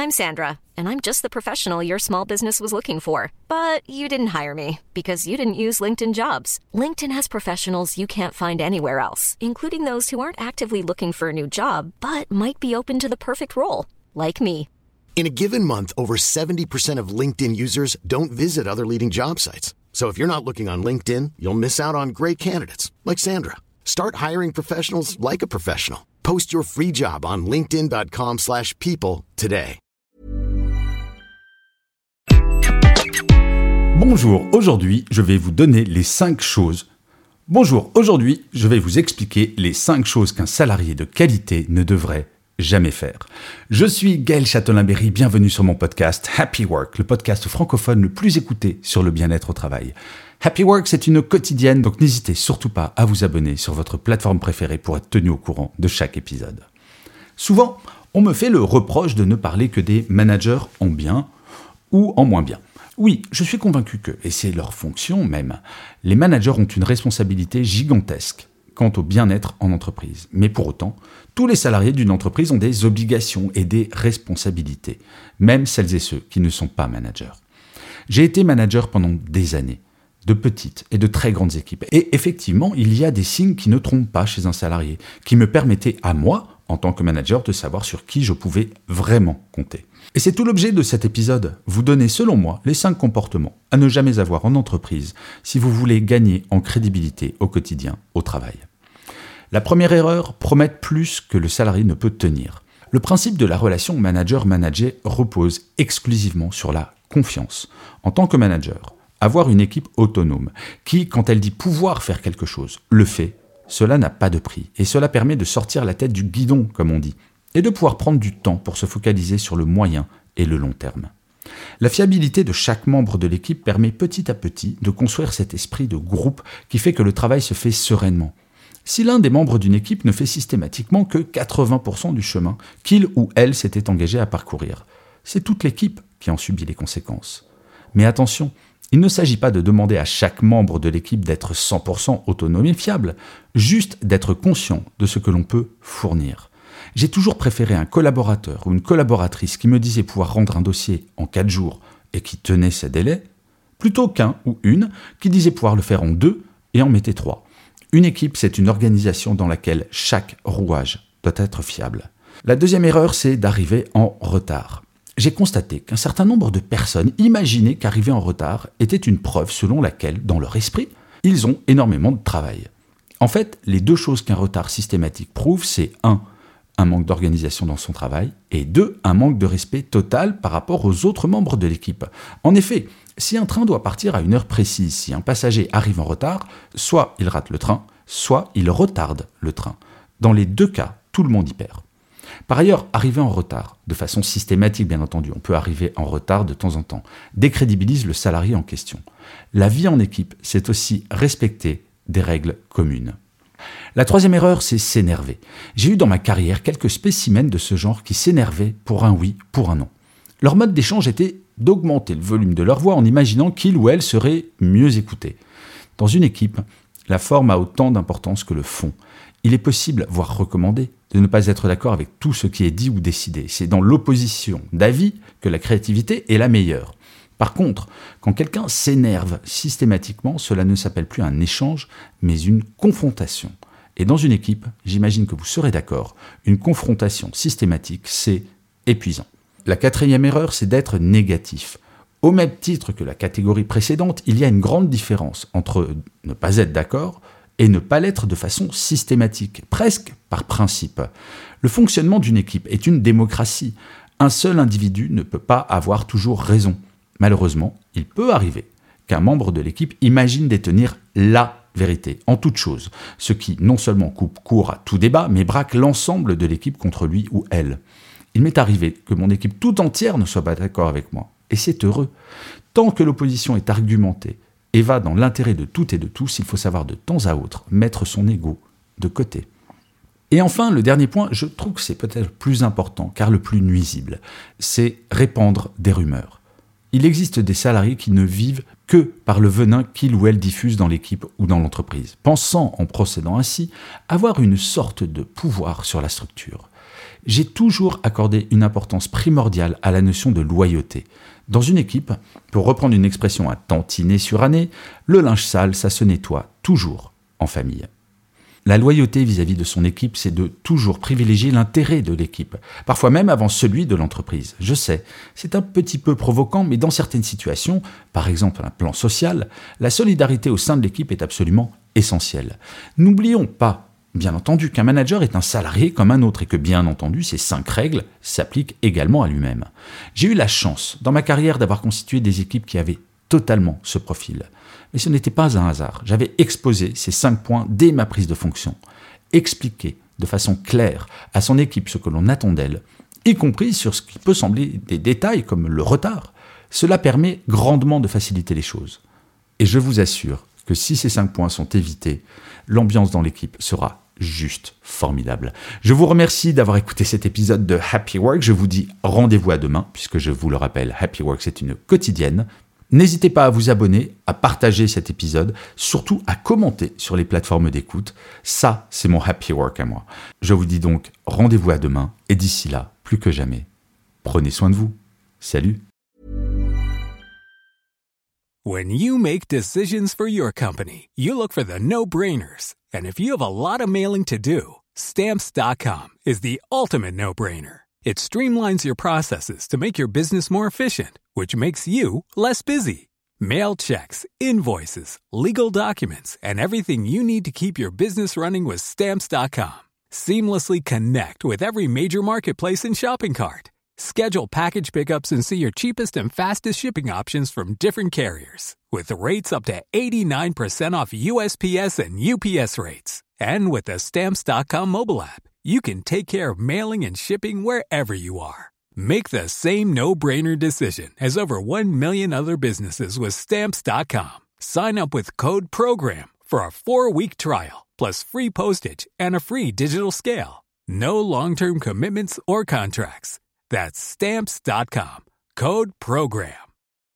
I'm Sandra, and I'm just the professional your small business was looking for. But you didn't hire me because you didn't use LinkedIn Jobs. LinkedIn has professionals you can't find anywhere else, including those who aren't actively looking for a new job, but might be open to the perfect role, like me. In a given month, over 70% of LinkedIn users don't visit other leading job sites. So if you're not looking on LinkedIn, you'll miss out on great candidates like Sandra. Start hiring professionals like a professional. Post your free job on linkedin.com/people today. Bonjour, aujourd'hui, je vais vous donner les 5 choses. Bonjour, aujourd'hui, je vais vous expliquer les 5 choses qu'un salarié de qualité ne devrait jamais faire. Je suis Gaël Châtelain-Berry, bienvenue sur mon podcast Happy Work, le podcast francophone le plus écouté sur le bien-être au travail. Happy Work, c'est une quotidienne, donc n'hésitez surtout pas à vous abonner sur votre plateforme préférée pour être tenu au courant de chaque épisode. Souvent, on me fait le reproche de ne parler que des managers en bien ou en moins bien. Oui, je suis convaincu que, et c'est leur fonction même, les managers ont une responsabilité gigantesque quant au bien-être en entreprise. Mais pour autant, tous les salariés d'une entreprise ont des obligations et des responsabilités, même celles et ceux qui ne sont pas managers. J'ai été manager pendant des années, de petites et de très grandes équipes. Et effectivement, il y a des signes qui ne trompent pas chez un salarié, qui me permettaient à moi, en tant que manager, de savoir sur qui je pouvais vraiment compter. Et c'est tout l'objet de cet épisode, vous donner selon moi les 5 comportements à ne jamais avoir en entreprise si vous voulez gagner en crédibilité au quotidien, au travail. La première erreur, promettre plus que le salarié ne peut tenir. Le principe de la relation manager-manager repose exclusivement sur la confiance. En tant que manager, avoir une équipe autonome qui, quand elle dit pouvoir faire quelque chose, le fait, cela n'a pas de prix. Et cela permet de sortir la tête du guidon, comme on dit, et de pouvoir prendre du temps pour se focaliser sur le moyen et le long terme. La fiabilité de chaque membre de l'équipe permet petit à petit de construire cet esprit de groupe qui fait que le travail se fait sereinement. Si l'un des membres d'une équipe ne fait systématiquement que 80% du chemin qu'il ou elle s'était engagé à parcourir, c'est toute l'équipe qui en subit les conséquences. Mais attention, il ne s'agit pas de demander à chaque membre de l'équipe d'être 100% autonome et fiable, juste d'être conscient de ce que l'on peut fournir. J'ai toujours préféré un collaborateur ou une collaboratrice qui me disait pouvoir rendre un dossier en 4 jours et qui tenait ses délais, plutôt qu'un ou une qui disait pouvoir le faire en 2 et en mettait 3. Une équipe, c'est une organisation dans laquelle chaque rouage doit être fiable. La deuxième erreur, c'est d'arriver en retard. J'ai constaté qu'un certain nombre de personnes imaginaient qu'arriver en retard était une preuve selon laquelle, dans leur esprit, ils ont énormément de travail. En fait, les 2 choses qu'un retard systématique prouve, c'est 1. Un manque d'organisation dans son travail, et 2. Un manque de respect total par rapport aux autres membres de l'équipe. En effet, si un train doit partir à une heure précise, si un passager arrive en retard, soit il rate le train, soit il retarde le train. Dans les 2 cas, tout le monde y perd. Par ailleurs, arriver en retard, de façon systématique bien entendu, on peut arriver en retard de temps en temps, décrédibilise le salarié en question. La vie en équipe, c'est aussi respecter des règles communes. La troisième erreur, c'est s'énerver. J'ai eu dans ma carrière quelques spécimens de ce genre qui s'énervaient pour un oui, pour un non. Leur mode d'échange était d'augmenter le volume de leur voix en imaginant qu'il ou elle serait mieux écouté. Dans une équipe, la forme a autant d'importance que le fond. Il est possible, voire recommandé, de ne pas être d'accord avec tout ce qui est dit ou décidé. C'est dans l'opposition d'avis que la créativité est la meilleure. Par contre, quand quelqu'un s'énerve systématiquement, cela ne s'appelle plus un échange, mais une confrontation. Et dans une équipe, j'imagine que vous serez d'accord, une confrontation systématique, c'est épuisant. La 4e erreur, c'est d'être négatif. Au même titre que la catégorie précédente, il y a une grande différence entre ne pas être d'accord et ne pas l'être de façon systématique, presque par principe. Le fonctionnement d'une équipe est une démocratie. Un seul individu ne peut pas avoir toujours raison. Malheureusement, il peut arriver qu'un membre de l'équipe imagine détenir la vérité en toute chose, ce qui non seulement coupe court à tout débat, mais braque l'ensemble de l'équipe contre lui ou elle. Il m'est arrivé que mon équipe tout entière ne soit pas d'accord avec moi, et c'est heureux. Tant que l'opposition est argumentée et va dans l'intérêt de toutes et de tous, il faut savoir de temps à autre mettre son ego de côté. Et enfin, le dernier point, je trouve que c'est peut-être le plus important, car le plus nuisible, c'est répandre des rumeurs. Il existe des salariés qui ne vivent que par le venin qu'il ou elle diffuse dans l'équipe ou dans l'entreprise, pensant, en procédant ainsi, avoir une sorte de pouvoir sur la structure. j'ai toujours accordé une importance primordiale à la notion de loyauté. Dans une équipe, pour reprendre une expression à tantiner sur année, le linge sale, ça se nettoie toujours en famille. La loyauté vis-à-vis de son équipe, c'est de toujours privilégier l'intérêt de l'équipe, parfois même avant celui de l'entreprise. Je sais, c'est un petit peu provoquant, mais dans certaines situations, par exemple un plan social, la solidarité au sein de l'équipe est absolument essentielle. N'oublions pas, bien entendu, qu'un manager est un salarié comme un autre et que, bien entendu, ces 5 règles s'appliquent également à lui-même. J'ai eu la chance, dans ma carrière, d'avoir constitué des équipes qui avaient totalement ce profil. Mais ce n'était pas un hasard. J'avais exposé ces 5 points dès ma prise de fonction. Expliquer de façon claire à son équipe ce que l'on attend d'elle, y compris sur ce qui peut sembler des détails comme le retard, cela permet grandement de faciliter les choses. Et je vous assure que si ces 5 points sont évités, l'ambiance dans l'équipe sera juste formidable. Je vous remercie d'avoir écouté cet épisode de Happy Work. Je vous dis rendez-vous à demain, puisque je vous le rappelle, Happy Work, c'est une quotidienne. N'hésitez pas à vous abonner, à partager cet épisode, surtout à commenter sur les plateformes d'écoute. Ça, c'est mon Happy Work à moi. Je vous dis donc rendez-vous à demain, et d'ici là, plus que jamais, prenez soin de vous. Salut! When you make decisions for your company, you look for the no-brainers. And if you have a lot of mailing to do, Stamps.com is the ultimate no-brainer. It streamlines your processes to make your business more efficient, which makes you less busy. Mail checks, invoices, legal documents, and everything you need to keep your business running with Stamps.com. Seamlessly connect with every major marketplace and shopping cart. Schedule package pickups and see your cheapest and fastest shipping options from different carriers. With rates up to 89% off USPS and UPS rates. And with the Stamps.com mobile app, you can take care of mailing and shipping wherever you are. Make the same no-brainer decision as over 1 million other businesses with Stamps.com. Sign up with code PROGRAM for a 4-week trial, plus free postage and a free digital scale. No long-term commitments or contracts. That's Stamps.com. Code PROGRAM.